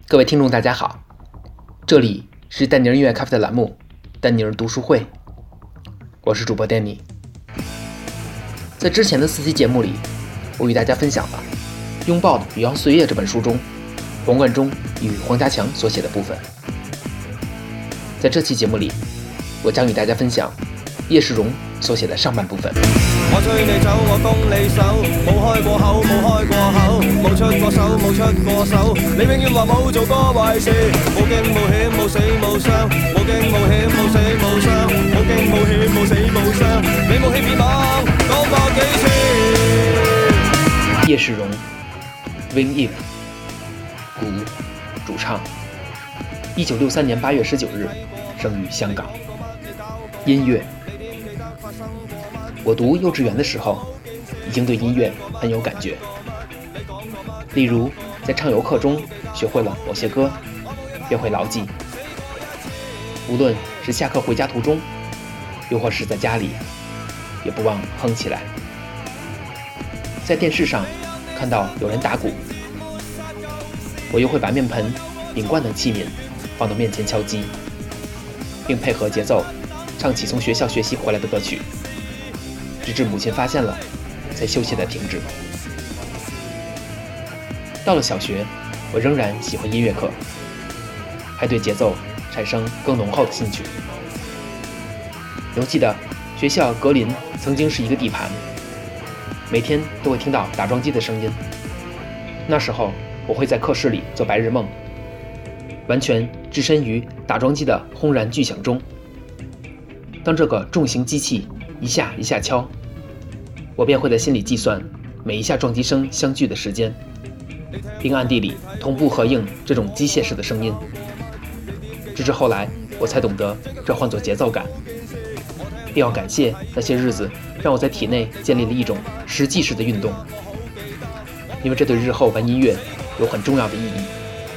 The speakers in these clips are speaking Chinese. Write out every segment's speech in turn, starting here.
各位听众大家好，这里是丹尼尔音乐咖啡的栏目丹尼尔读书会，我是主播丹尼。在之前的4期节目里，我与大家分享了《拥抱的余阳岁月》这本书中黄贯中与黄家强所写的部分。在这期节目里，我将与大家分享叶世荣所写的上半部分。 我追你走，我攻你手，冇開過口，冇開過口，冇出過手，冇出過手，你永遠話冇做過壞事，冇驚冇險冇死冇傷，冇驚冇險冇死冇傷，冇驚冇險冇死冇傷，你冇欺騙我講過幾次。 葉世榮 Win If 鼓主唱，1963年8月19日生於香港。音樂，我讀幼稚園的時候已經對音樂很有感覺，例如在唱遊課中學會了某些歌，便會牢記，無論是下課回家途中，又或是在家裡，也不忘哼起來。在電視上看到有人打鼓，我又會把面盆、餅罐等器皿放到面前敲擊，並配合節奏唱起從學校學習回來的歌曲，直至母親發現了，才羞怯地停止。到了小學，我仍然喜歡音樂課，還對節奏產生更濃厚的興趣。猶記得學校格林曾經是一個地盤，每天都會聽到打樁機的聲音。那時候我會在課室裡做白日夢，完全置身於打樁機的轟然巨響中。當這個重型機器一下一下敲，我便會在心裡計算每一下撞擊聲相距的時間，並暗地裡同步合應這種機械式的聲音。直至後來我才懂得這換作節奏感，並要感謝那些日子讓我在體內建立了一種實際式的運動，因為這對日後玩音樂有很重要的意義。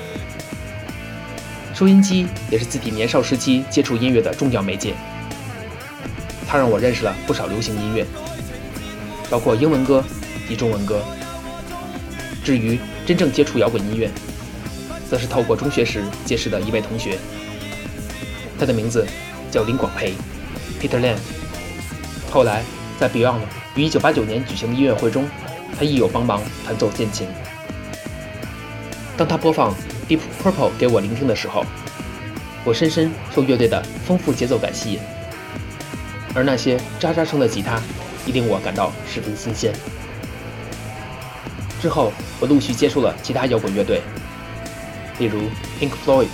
收音機也是自己年少時期接觸音樂的重要媒介，它讓我認識了不少流行音樂，包括英文歌及中文歌。至於真正接觸搖滾音樂，則是透過中學時結識的一位同學，他的名字叫林廣培 Peter Lam。 後來在 Beyond 於1989年舉行的音樂會中，他亦有幫忙彈奏鍵琴。當他播放 Deep Purple 給我聆聽的時候，我深深受樂隊的豐富節奏感吸引，而那些喳喳聲的吉他亦令我感到十分新鮮。之後我陸續接觸了其他搖滾樂隊，例如 Pink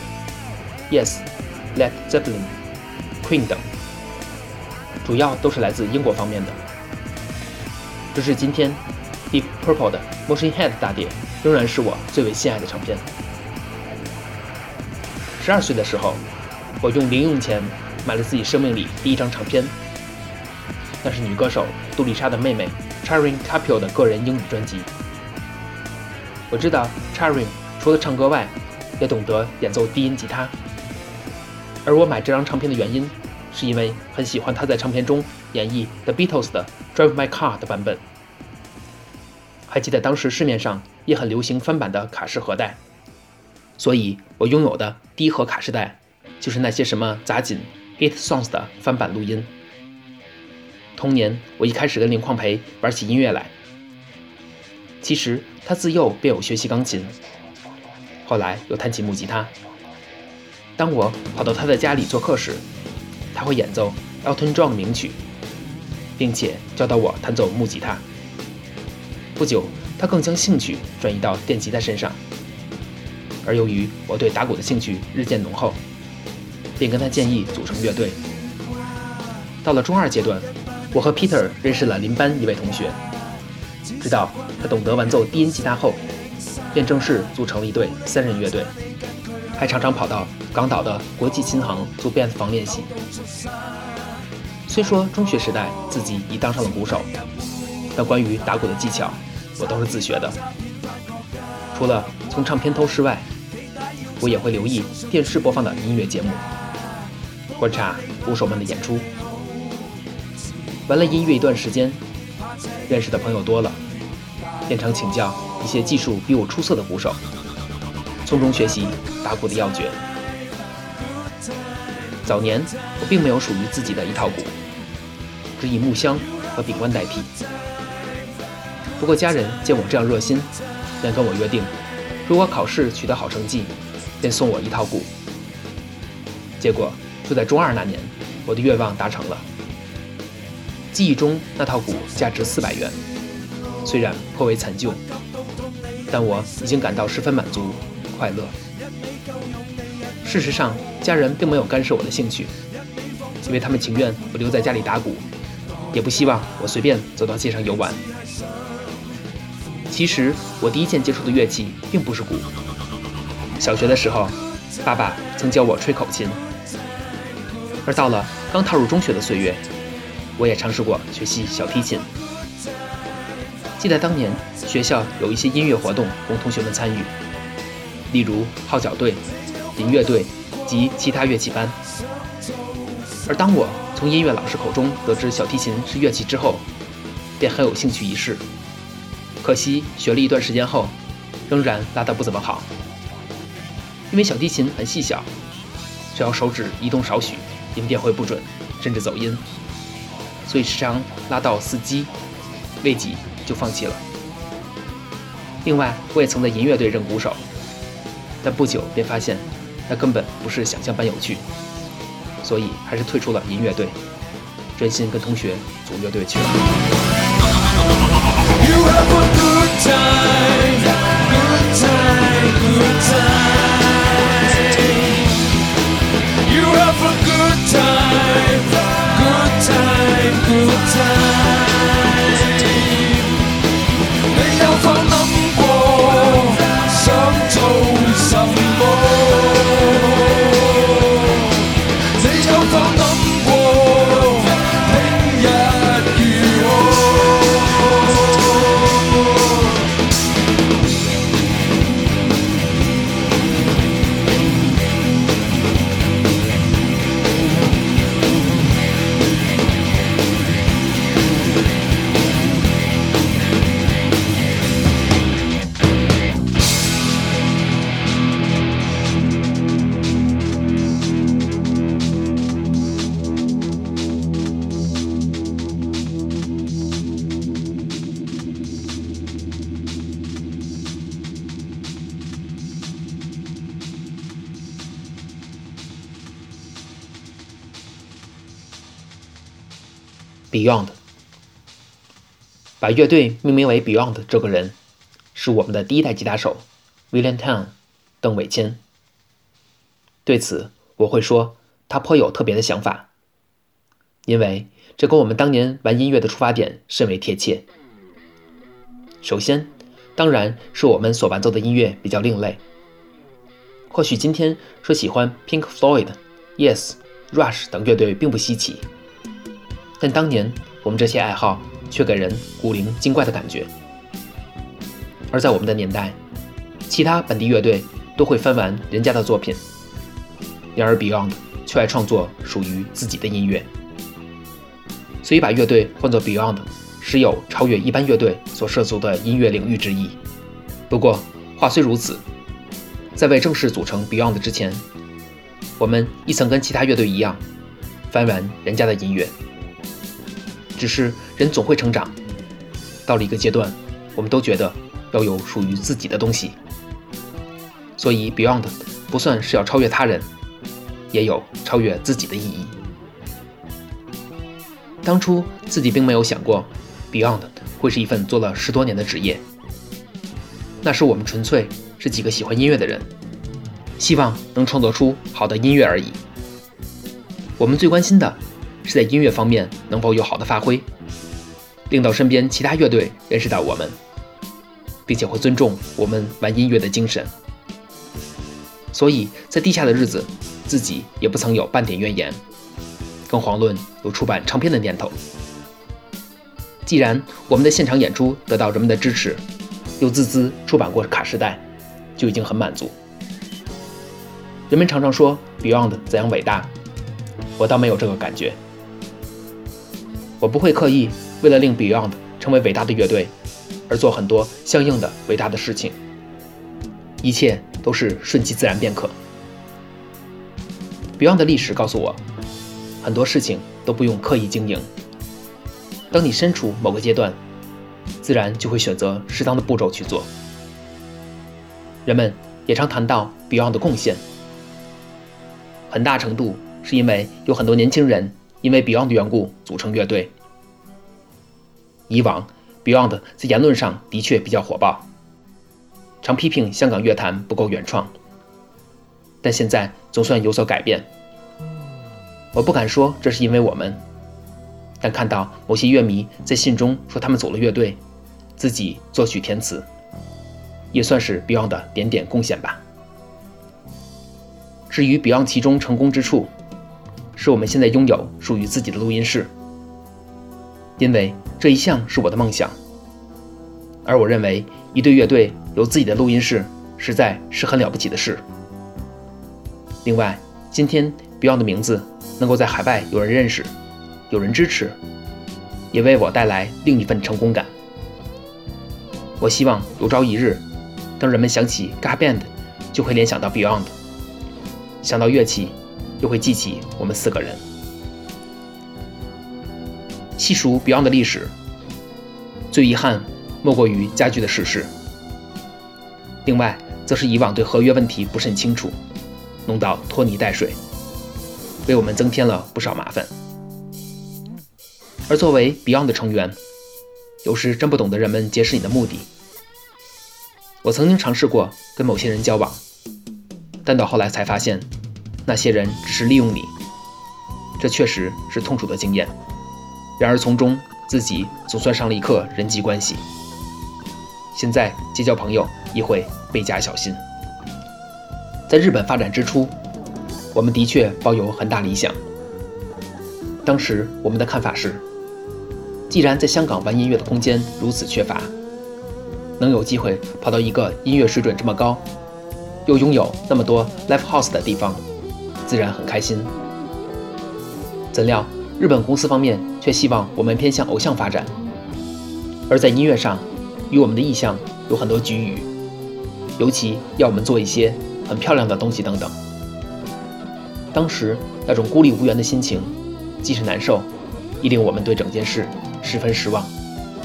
Floyd、Yes、Led Zeppelin、Queen 等，主要都是來自英國方面的。直至今天， Deep Purple 的 Motion Head 大碟仍然是我最為心愛的唱片。12歲的時候，我用零用錢買了自己生命裡第一張唱片，那是女歌手杜麗莎的妹妹 Charin Capio 的個人英語專輯。我知道 Charin 除了唱歌外，也懂得演奏低音吉他，而我買這張唱片的原因，是因為很喜歡她在唱片中演繹 The Beatles 的 Drive My Car 的版本。還記得當時市面上也很流行翻版的卡式盒帶，所以我擁有的第一盒卡式帶就是那些什麼雜錦 Hit Songs 的翻版錄音。童年我一開始跟林礦培玩起音樂來，其實他自幼便有學習鋼琴，後來又彈起木吉他。當我跑到他的家裡做客時，他會演奏 Elton John 的名曲，並且教導我彈奏木吉他。不久他更將興趣轉移到電吉他身上，而由於我對打鼓的興趣日漸濃厚，便跟他建議組成樂隊。到了中二階段，我和 Peter 認識了鄰班一位同學，直到他懂得玩奏低音吉他後，便正式組成了一隊3人樂隊，還常常跑到港島的國際琴行租 band 房練習。雖說中學時代自己已當上了鼓手，但關於打鼓的技巧我都是自學的。除了從唱片偷師外，我也會留意電視播放的音樂節目，觀察鼓手們的演出。玩了音樂一段時間，認識的朋友多了，便常請教一些技術比我出色的鼓手， 从中学习打鼓的要诀。早年我并没有属于自己的一套鼓，只以木箱和饼干代替。不过家人见我这样热心，便跟我约定，如果考试取得好成绩，便送我一套鼓。结果就在中2那年，我的愿望达成了。记忆中那套鼓价值400元，虽然颇为残旧，但我已经感到十分满足快乐。事实上，家人并没有干涉我的兴趣，因为他们情愿我留在家里打鼓，也不希望我随便走到街上游玩。其实我第一件接触的乐器并不是鼓。小学的时候，爸爸曾教我吹口琴，而到了刚踏入中学的岁月，我也尝试过学习小提琴。记得当年学校有一些音乐活动供同学们参与，例如号角队、银乐队及其他乐器班。而当我从音乐老师口中得知小提琴是乐器之后，便很有兴趣一试。可惜学了一段时间后，仍然拉得不怎么好，因为小提琴很细小，只要手指移动少许，音便会不准，甚至走音，所以时常拉到4击，未几就放弃了。另外，我也曾在银乐队任鼓手，但不久便发现那根本不是想象般有趣，所以还是退出了银乐队，专心跟同学组乐队去了。 You have a good time, good time, good time. You have a good time, good time, good time. 你有否諗過想做什麼？你有否諗過聽日如何？ Beyond 把乐队命名为 Beyond 这个人是我们的第一代吉他手 William Town 邓伟谦。对此我会说他颇有特别的想法，因为这跟我们当年玩音乐的出发点甚为贴切。首先当然是我们所玩奏的音乐比较另类，或许今天说喜欢 Pink Floyd、Yes、Rush 等乐队并不稀奇，但当年我们这些爱好却给人古灵精怪的感觉。而在我们的年代，其他本地乐队都会翻玩人家的作品，然而 Beyond 却爱创作属于自己的音乐，所以把乐队换作 Beyond 实有超越一般乐队所涉足的音乐领域之意。不过话虽如此，在未正式组成 Beyond 之前，我们亦曾跟其他乐队一样翻玩人家的音乐。只是人总会成长，到了一个阶段，我们都觉得要有属于自己的东西，所以 Beyond 不算是要超越他人，也有超越自己的意义。当初自己并没有想过 Beyond 会是一份做了10多年的职业，那时我们纯粹是几个喜欢音乐的人，希望能创作出好的音乐而已。我们最关心的是在音乐方面能否有好的发挥，令到身边其他乐队认识到我们，并且会尊重我们玩音乐的精神。所以在地下的日子，自己也不曾有半点怨言，更遑论有出版唱片的念头。既然我们的现场演出得到人们的支持，又自资出版过卡式带，就已经很满足。人们常常说 Beyond 怎样伟大，我倒没有这个感觉。我不会刻意为了令 Beyond 成为伟大的乐队而做很多相应的伟大的事情，一切都是顺其自然便可。Beyond 的历史告诉我，很多事情都不用刻意经营。当你身处某个阶段，自然就会选择适当的步骤去做。人们也常谈到 Beyond 的贡献，很大程度是因为有很多年轻人因为 Beyond 的缘故组成乐队。以往 Beyond 在言论上的确比较火爆，常批评香港乐坛不够原创，但现在总算有所改变。我不敢说这是因为我们，但看到某些乐迷在信中说他们组了乐队，自己作曲填词，也算是 Beyond 的点点贡献吧。至于 Beyond 其中成功之处，是我们现在拥有属于自己的录音室，因为这一向是我的梦想，而我认为一队乐队有自己的录音室实在是很了不起的事。另外，今天 Beyond 的名字能够在海外有人认识，有人支持，也为我带来另一份成功感。我希望有朝一日，当人们想起 Ska Band 就会联想到 Beyond， 想到乐器又会记起我们4个人。细数 Beyond 的历史，最遗憾莫过于加剧的逝世，另外则是以往对合约问题不甚清楚，弄到拖泥带水，为我们增添了不少麻烦。而作为 Beyond 的成员，有时真不懂得人们结识你的目的。我曾经尝试过跟某些人交往，但到后来才发现，那些人只是利用你，这确实是痛楚的经验。然而从中自己总算上了一课人际关系，现在结交朋友也会倍加小心。在日本发展之初，我们的确抱有很大理想。当时我们的看法是，既然在香港玩音乐的空间如此缺乏，能有机会跑到一个音乐水准这么高，又拥有那么多 live house 的地方，自然很开心。怎料日本公司方面却希望我们偏向偶像发展，而在音乐上与我们的意向有很多龃龉，尤其要我们做一些很漂亮的东西等等。当时那种孤立无援的心情，既是难受，亦令我们对整件事十分失望。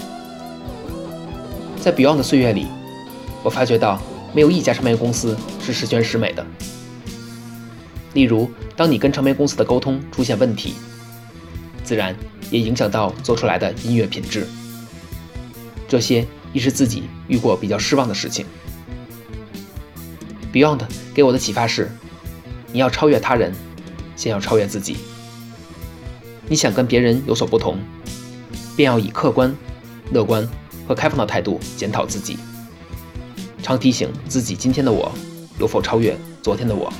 在 Beyond 的岁月里，我发觉到没有一家唱片公司是十全十美的。例如，当你跟唱片公司的沟通出现问题，自然也影响到做出来的音乐品质。这些亦是自己遇过比较失望的事情。Beyond 给我的启发是，你要超越他人，先要超越自己。你想跟别人有所不同，便要以客观、乐观和开放的态度检讨自己，常提醒自己今天的我有否超越昨天的我，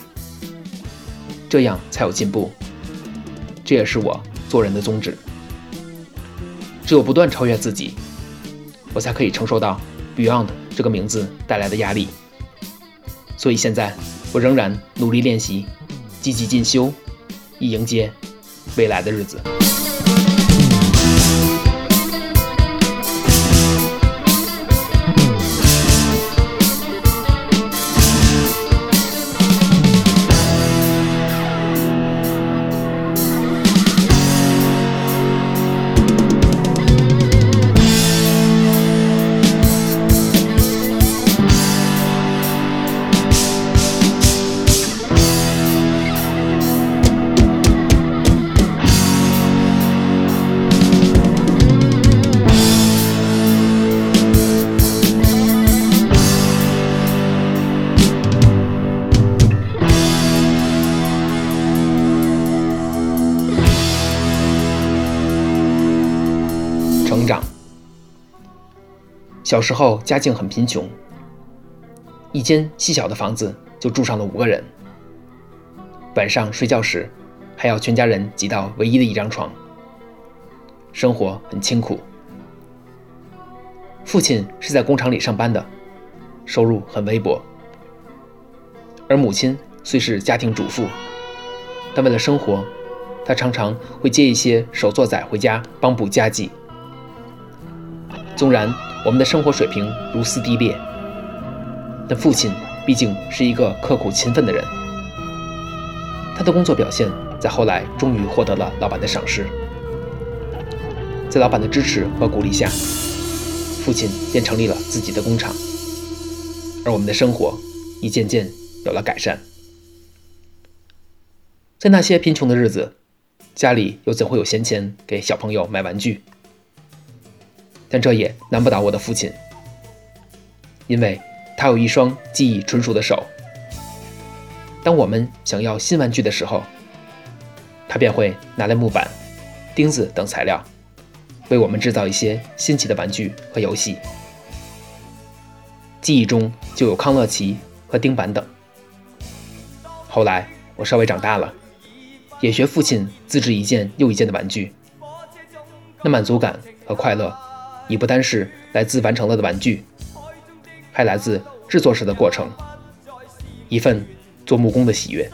这样才有进步。这也是我做人的宗旨。只有不断超越自己，我才可以承受到 Beyond 这个名字带来的压力。所以现在我仍然努力练习，积极进修，以迎接未来的日子。成长。小时候家境很贫穷，一间细小的房子就住上了5个人，晚上睡觉时还要全家人挤到唯一的一张床，生活很清苦。父亲是在工厂里上班的，收入很微薄，而母亲虽是家庭主妇，但为了生活，她常常会接一些手作仔回家帮补家计。纵然我们的生活水平如斯低劣，但父亲毕竟是一个刻苦勤奋的人。他的工作表现在后来终于获得了老板的赏识。在老板的支持和鼓励下，父亲便成立了自己的工厂，而我们的生活亦渐渐有了改善。在那些贫穷的日子，家里又怎会有闲钱给小朋友买玩具？但这也难不倒我的父亲，因为他有一双技艺纯熟的手。当我们想要新玩具的时候，他便会拿来木板、钉子等材料，为我们制造一些新奇的玩具和游戏。记忆中就有康乐棋和钉板等。后来我稍微长大了，也学父亲自制一件又一件的玩具，那满足感和快乐已不单是来自完成了的玩具，还来自制作时的过程，一份做木工的喜悦。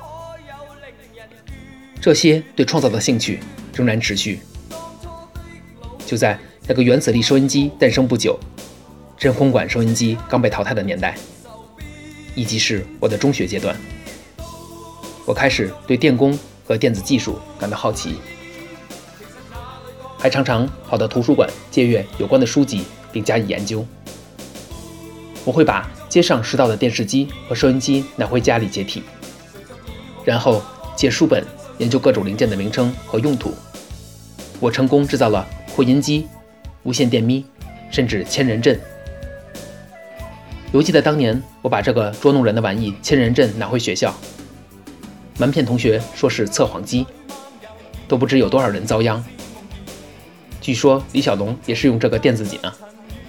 这些对创造的兴趣仍然持续。就在那个原子力收音机诞生不久，真空管收音机刚被淘汰的年代，以及是我的中学阶段，我开始对电工和电子技术感到好奇，还常常跑到图书馆借阅有关的书籍并加以研究。我会把街上拾到的电视机和收音机拿回家里解体，然后借书本研究各种零件的名称和用途。我成功制造了扩音机、无线电咪，甚至千人阵。犹记得当年我把这个捉弄人的玩意千人阵拿回学校，瞒骗同学说是测谎机，都不知有多少人遭殃。据说李小龙也是用这个电子锦啊。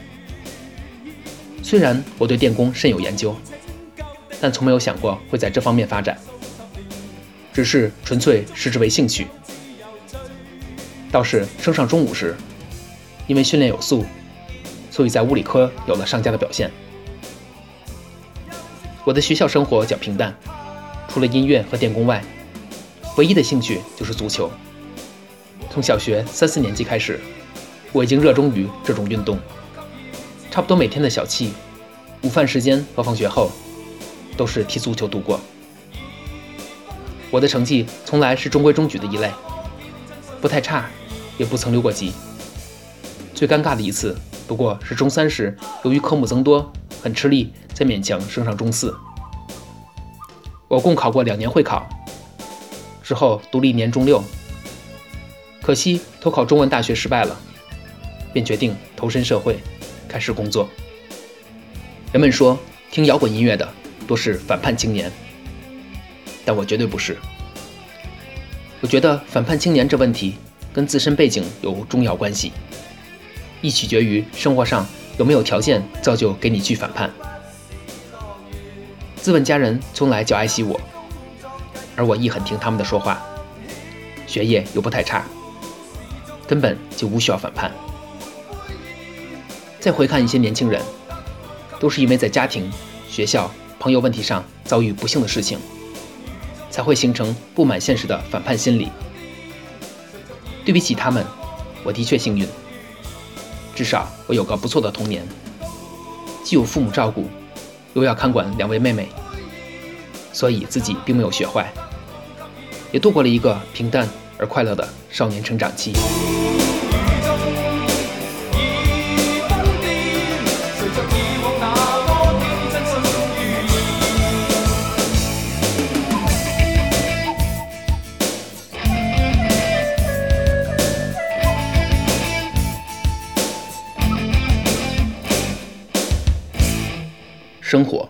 虽然我对电工甚有研究，但从没有想过会在这方面发展，只是纯粹视之为兴趣。倒是升上中午时，因为训练有素，所以在物理科有了上佳的表现。我的学校生活较平淡，除了音乐和电工外，唯一的兴趣就是足球。从小学3、4年级开始，我已经热衷于这种运动，差不多每天的小憩、午饭时间和放学后，都是踢足球度过。我的成绩从来是中规中矩的一类，不太差，也不曾留过级。最尴尬的一次不过是中3时，由于科目增多，很吃力，才勉强升上中4。我共考过2年会考，之后读了1年中6，可惜投考中文大学失败了，便决定投身社会，开始工作。人们说听摇滚音乐的多是反叛青年，但我绝对不是。我觉得反叛青年这问题跟自身背景有重要关系，亦取决于生活上有没有条件造就给你去反叛。自问家人从来较爱惜我，而我亦很听他们的说话，学业又不太差，根本就无需要反叛。再回看一些年轻人，都是因为在家庭、学校、朋友问题上遭遇不幸的事情，才会形成不满现实的反叛心理。对比起他们，我的确幸运，至少我有个不错的童年，既有父母照顾，又要看管2位妹妹，所以自己并没有学坏，也度过了一个平淡而快乐的少年成长期。生活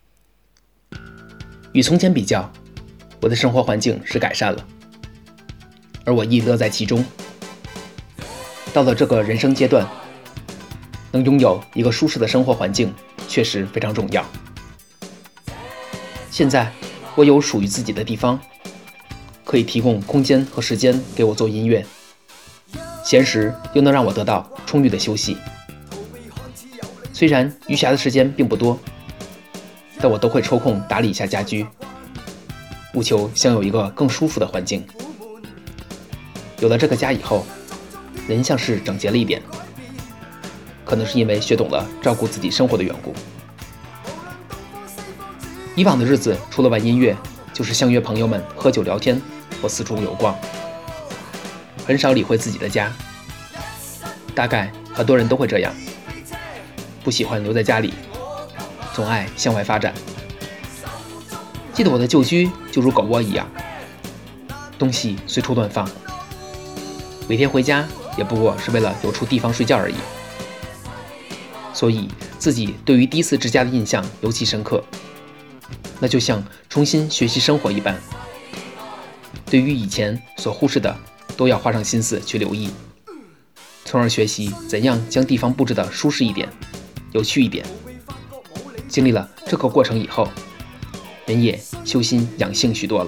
与从前比较，我的生活环境是改善了，而我亦乐在其中。到了这个人生阶段，能拥有一个舒适的生活环境确实非常重要。现在我有属于自己的地方，可以提供空间和时间给我做音乐，闲时又能让我得到充裕的休息。虽然余暇的时间并不多，但我都会抽空打理一下家居，务求享有一个更舒服的环境。有了这个家以后，人像是整洁了一点，可能是因为学懂了照顾自己生活的缘故。 以往的日子除了玩音乐，就是相约朋友们喝酒聊天或四处游逛，很少理会自己的家。大概很多人都会这样，不喜欢留在家里，总爱向外发展。记得我的旧居就如狗窝一样，东西随处乱放，每天回家也不过是为了有处地方睡觉而已。所以自己对于第一次置家的印象尤其深刻，那就像重新学习生活一般，对于以前所忽视的都要花上心思去留意，从而学习怎样将地方布置得舒适一点，有趣一点。经历了这个过程以后，人也修心养性许多了。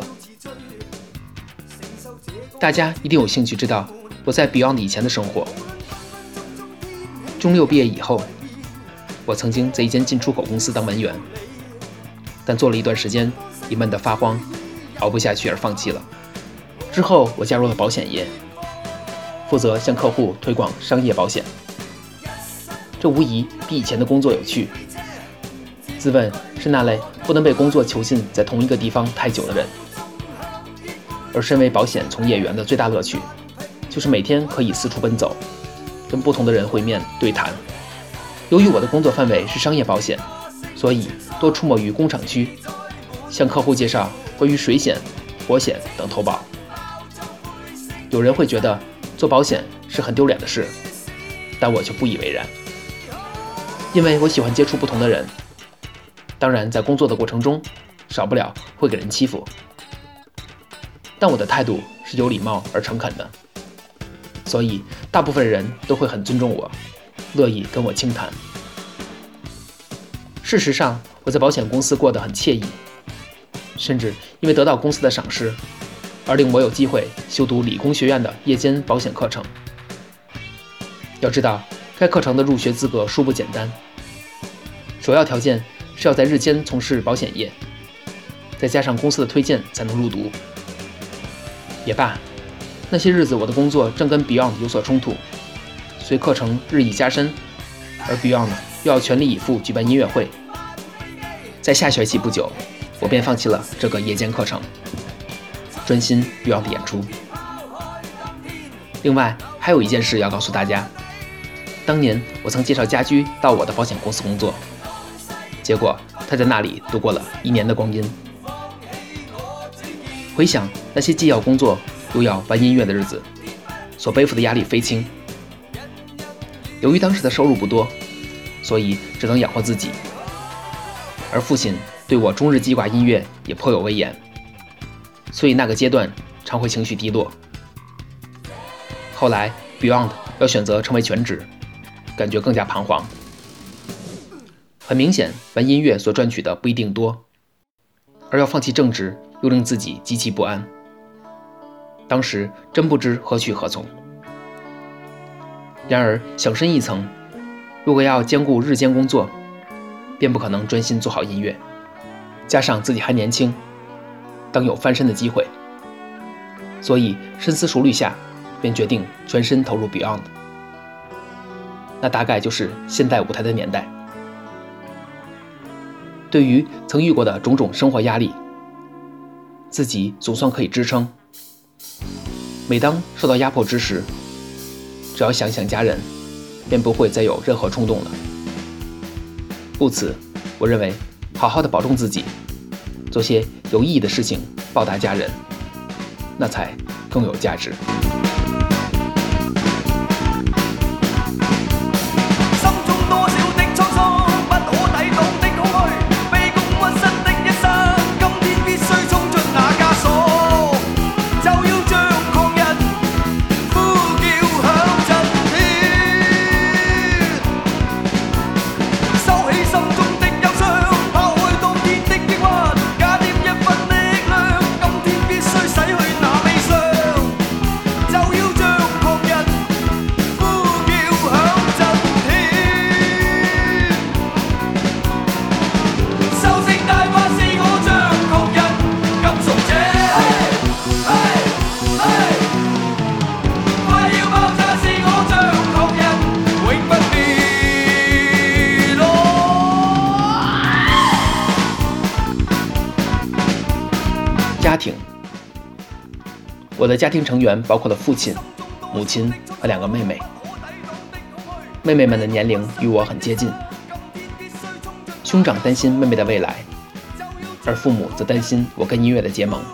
大家一定有兴趣知道我在 Beyond 以前的生活。中六毕业以后，我曾经在一间进出口公司当文员，但做了一段时间也闷得发慌，熬不下去而放弃了。之后我加入了保险业，负责向客户推广商业保险。这无疑比以前的工作有趣。自问是那类不能被工作囚禁在同一个地方太久的人，而身为保险从业员的最大乐趣，就是每天可以四处奔走，跟不同的人会面对谈。由于我的工作范围是商业保险，所以多出没于工厂区，向客户介绍关于水险、火险等投保。有人会觉得做保险是很丢脸的事，但我却不以为然，因为我喜欢接触不同的人。当然在工作的过程中少不了会给人欺负，但我的态度是有礼貌而诚恳的，所以大部分人都会很尊重我，乐意跟我倾谈。事实上我在保险公司过得很惬意，甚至因为得到公司的赏识而令我有机会修读理工学院的夜间保险课程。要知道该课程的入学资格殊不简单，首要条件是要在日间从事保险业，再加上公司的推荐才能入读。也罢，那些日子我的工作正跟 Beyond 有所冲突，随课程日益加深，而 Beyond 又要全力以赴举办音乐会。在下学期不久，我便放弃了这个夜间课程，专心 Beyond 的演出。另外还有一件事要告诉大家，当年我曾介绍家居到我的保险公司工作，结果他在那里度过了1年的光阴。回想那些既要工作又要玩音乐的日子，所背负的压力非轻。由于当时的收入不多，所以只能养活自己，而父亲对我终日记挂音乐也颇有威严，所以那个阶段常会情绪低落。后来 Beyond 要选择成为全职，感觉更加彷徨。很明显，玩音乐所赚取的不一定多，而要放弃正职又令自己极其不安。当时真不知何去何从。然而想深一层，如果要兼顾日间工作，便不可能专心做好音乐，加上自己还年轻，当有翻身的机会。所以深思熟虑下，便决定全身投入 Beyond。 那大概就是现代舞台的年代。对于曾遇过的种种生活压力，自己总算可以支撑。每当受到压迫之时，只要想想家人，便不会再有任何冲动了。故此，我认为好好的保重自己，做些有意义的事情报答家人，那才更有价值。 就要庭。我的家庭成员包括了父亲、母亲和2个妹妹。妹妹们的年龄与我很接近。兄长担心妹妹的未来，而父母则担心我跟音乐的结盟。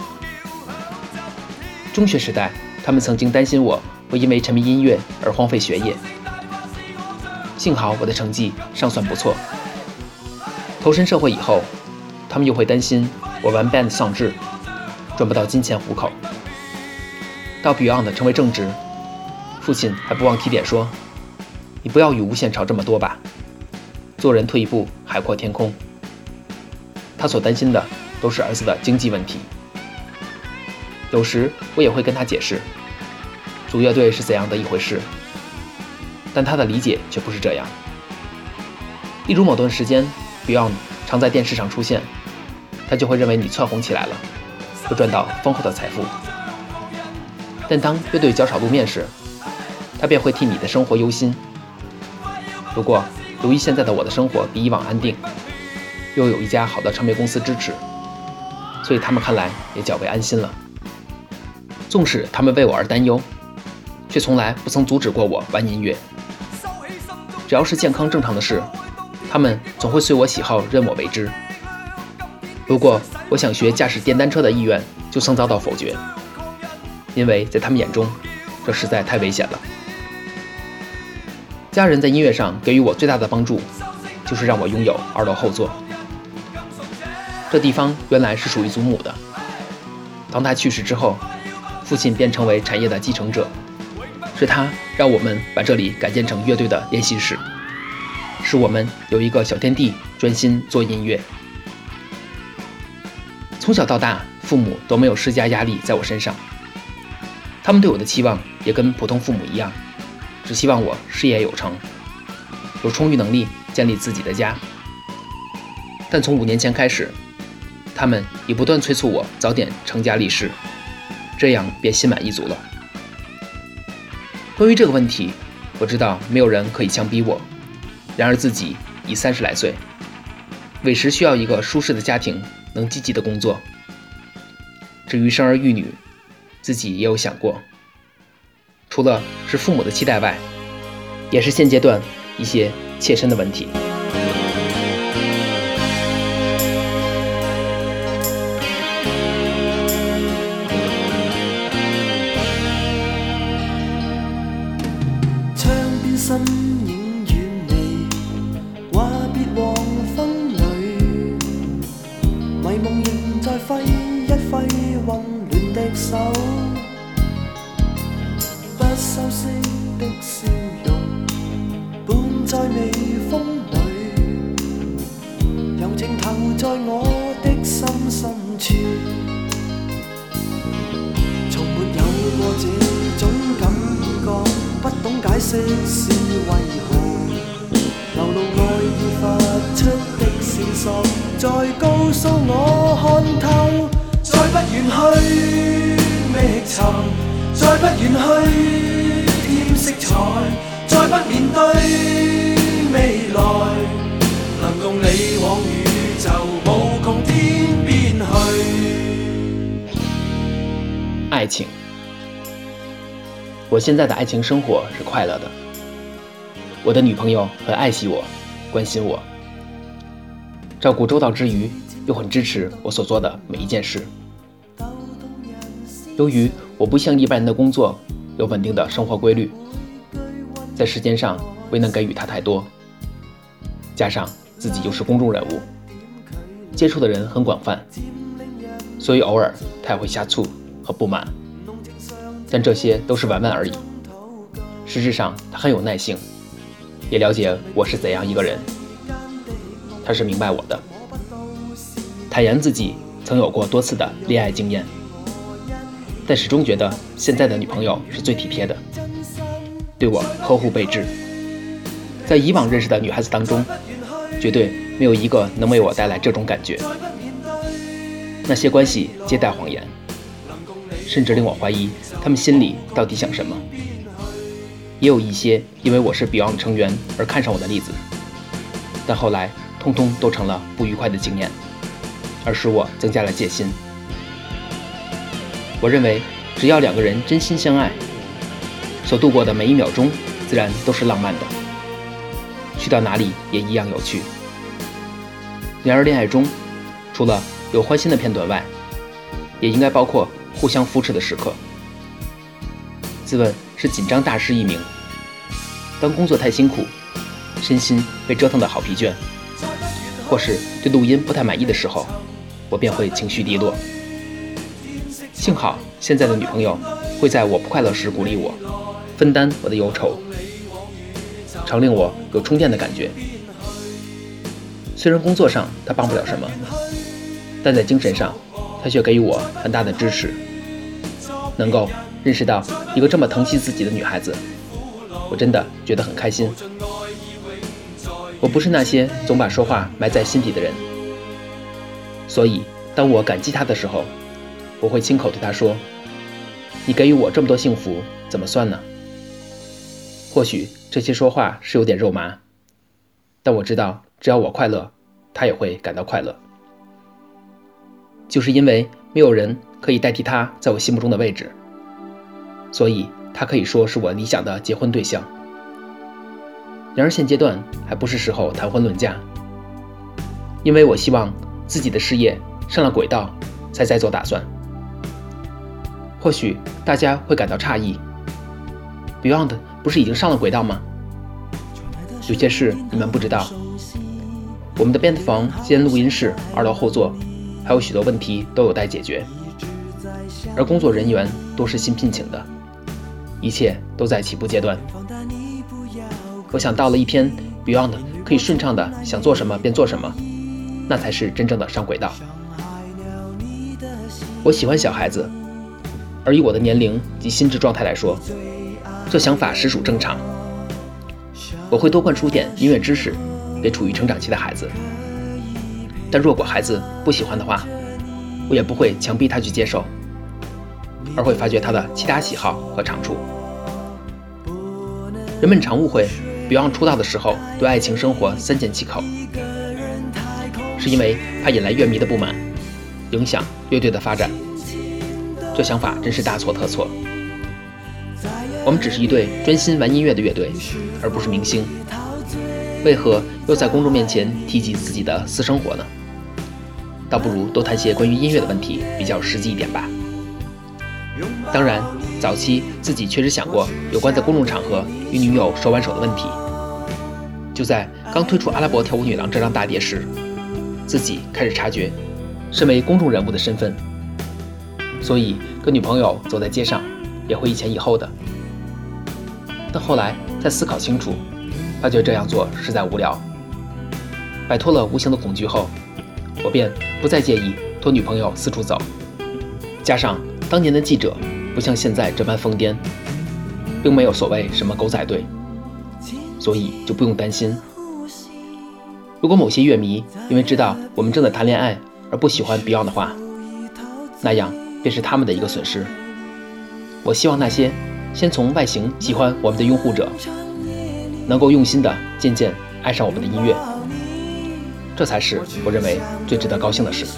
中学时代，他们曾经担心我会因为沉迷音乐而荒废学业。幸好我的成绩尚算不错。投身社会以后，他们又会担心我玩 band 丧志，赚不到金钱糊口。到 Beyond 成为正职，父亲还不忘提点说：“你不要与无限吵这么多吧，做人退一步，海阔天空。”他所担心的都是儿子的经济问题。有时我也会跟他解释，组乐队是怎样的一回事，但他的理解却不是这样。例如某段时间 Beyond 常在电视上出现，他就会认为你窜红起来了，会赚到丰厚的财富。但当乐队较少露面时，他便会替你的生活忧心。不过由于现在的我的生活比以往安定，又有一家好的唱片公司支持，所以他们看来也较为安心了。纵使他们为我而担忧，却从来不曾阻止过我玩音乐。只要是健康正常的事，他们总会随我喜好任我为之。不过我想学驾驶电单车的意愿就曾遭到否决，因为在他们眼中这实在太危险了。家人在音乐上给予我最大的帮助，就是让我拥有2楼后座。这地方原来是属于祖母的，当他去世之后，父亲便成为产业的继承者，是他让我们把这里改建成乐队的练习室，使我们有一个小天地专心做音乐。从小到大，父母都没有施加压力在我身上，他们对我的期望也跟普通父母一样，只希望我事业有成，有充裕能力建立自己的家。但从5年前开始，他们也不断催促我早点成家立室，这样便心满意足了。关于这个问题，我知道没有人可以强逼我，然而自己已30来岁，委实需要一个舒适的家庭，能积极的工作。至于生儿育女，自己也有想过，除了是父母的期待外，也是现阶段一些切身的问题。 身影遠離，話別黃昏裏，迷夢仍在揮一揮混亂的手，不修飾的笑容，伴在微風裏，柔情投在我的心深處，從沒有過這種感覺。不懂解釋是為何，流露愛意發出的線索，再告訴我看透。再不願去覓尋，再不願去添色彩，再不面對未來，能共你往宇宙無窮天邊去。 愛情。我現在的愛情生活是快樂的，我的女朋友很愛惜我，關心我，照顧周到之餘，又很支持我所做的每一件事。由於我不像一般人的工作有穩定的生活規律，在時間上未能給予她太多，加上自己又是公眾人物，接觸的人很廣泛，所以偶爾她也會呷醋和不滿。但這些都是玩玩而已，實質上他很有耐性，也了解我是怎樣一個人，他是明白我的，坦言自己曾有過多次的戀愛經驗，但始終覺得現在的女朋友是最體貼的，對我呵護備至。在以往認識的女孩子當中，絕對沒有一個能為我帶來這種感覺，那些關係皆帶謊言，甚至令我懷疑他們心裡到底想什麼。也有一些因為我是 Beyond 成員而看上我的例子，但後來通通都成了不愉快的經驗，而使我增加了戒心。 我认为只要两个人真心相爱，所度过的每一秒钟自然都是浪漫的，去到哪里也一样有趣。然而恋爱中除了有欢欣的片段外，也应该包括互相扶持的时刻。自问是紧张大师一名，当工作太辛苦，身心被折腾得好疲倦，或是对录音不太满意的时候，我便会情绪低落。幸好现在的女朋友会在我不快乐时鼓励我，分担我的忧愁，常令我有充电的感觉。虽然工作上她帮不了什么，但在精神上她却给予我很大的支持。能够认识到一个这么疼惜自己的女孩子，我真的觉得很开心。我不是那些总把说话埋在心底的人，所以当我感激她的时候，我会亲口对她说，你给予我这么多幸福怎么算呢？或许这些说话是有点肉麻，但我知道只要我快乐，她也会感到快乐。就是因为没有人可以代替她在我心目中的位置，所以她可以说是我理想的结婚对象。然而现阶段还不是时候谈婚论嫁，因为我希望自己的事业上了轨道才再做打算。或许大家会感到诧异， Beyond 不是已经上了轨道吗？有些事你们不知道，我们的编辑房兼录音室2楼后座还有许多问题都有待解决，而工作人员都是新聘请的，一切都在起步阶段。我想到了一天 Beyond 可以顺畅的想做什么便做什么，那才是真正的上轨道。我喜欢小孩子，而以我的年龄及心智状态来说，这想法实属正常。我会多灌输点音乐知识给处于成长期的孩子，但若果孩子不喜欢的话，我也不会强逼他去接受，而会发掘他的其他喜好和长处。人们常误会 Beyond 出道的时候对爱情生活三缄其口，是因为怕引来乐迷的不满，影响乐队的发展。这想法真是大错特错。我们只是一队专心玩音乐的乐队，而不是明星。为何又在公众面前提及自己的私生活呢？倒不如多谈些关于音乐的问题，比较实际一点吧。当然，早期自己确实想过有关在公众场合与女友手挽手的问题。就在刚推出《阿拉伯跳舞女郎》这张大碟时，自己开始察觉身为公众人物的身份，所以跟女朋友走在街上也会一前一后的。但后来再思考清楚，发觉这样做实在无聊。摆脱了无形的恐惧后，我便不再介意拖女朋友四处走。加上当年的记者不像现在这般疯癫，并没有所谓什么狗仔队，所以就不用担心。如果某些乐迷因为知道我们正在谈恋爱而不喜欢 Beyond 的话，那样便是他们的一个损失。我希望那些先从外形喜欢我们的拥护者，能够用心的渐渐爱上我们的音乐，这才是我认为最值得高兴的事。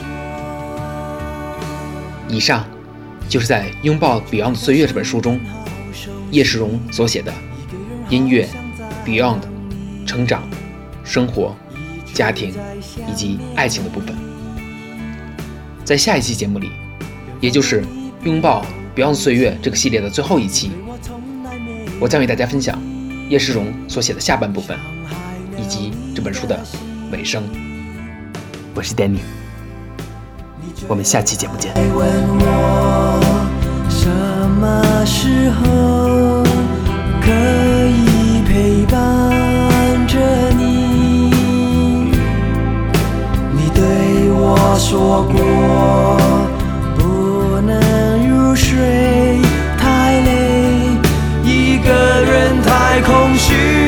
以上就是在《拥抱 Beyond 岁月》这本书中，叶世荣所写的音乐、Beyond、成长、生活、家庭以及爱情的部分。在下一期节目里，也就是《拥抱 Beyond 岁月》这个系列的最后一期，我将为大家分享叶世荣所写的下半部分，以及这本书的尾声。我是 Danny， 我们下期节目见。 问我什么时候可以陪伴着你？你对我说过不能入睡，太累，一个人太空虚。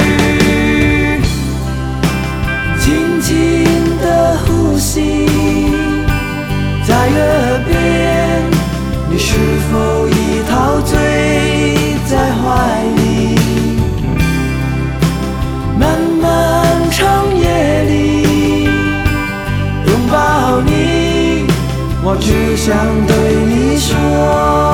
静静的呼吸在耳边，你是否已陶醉在怀里？漫漫长夜里拥抱你，我只想对你说。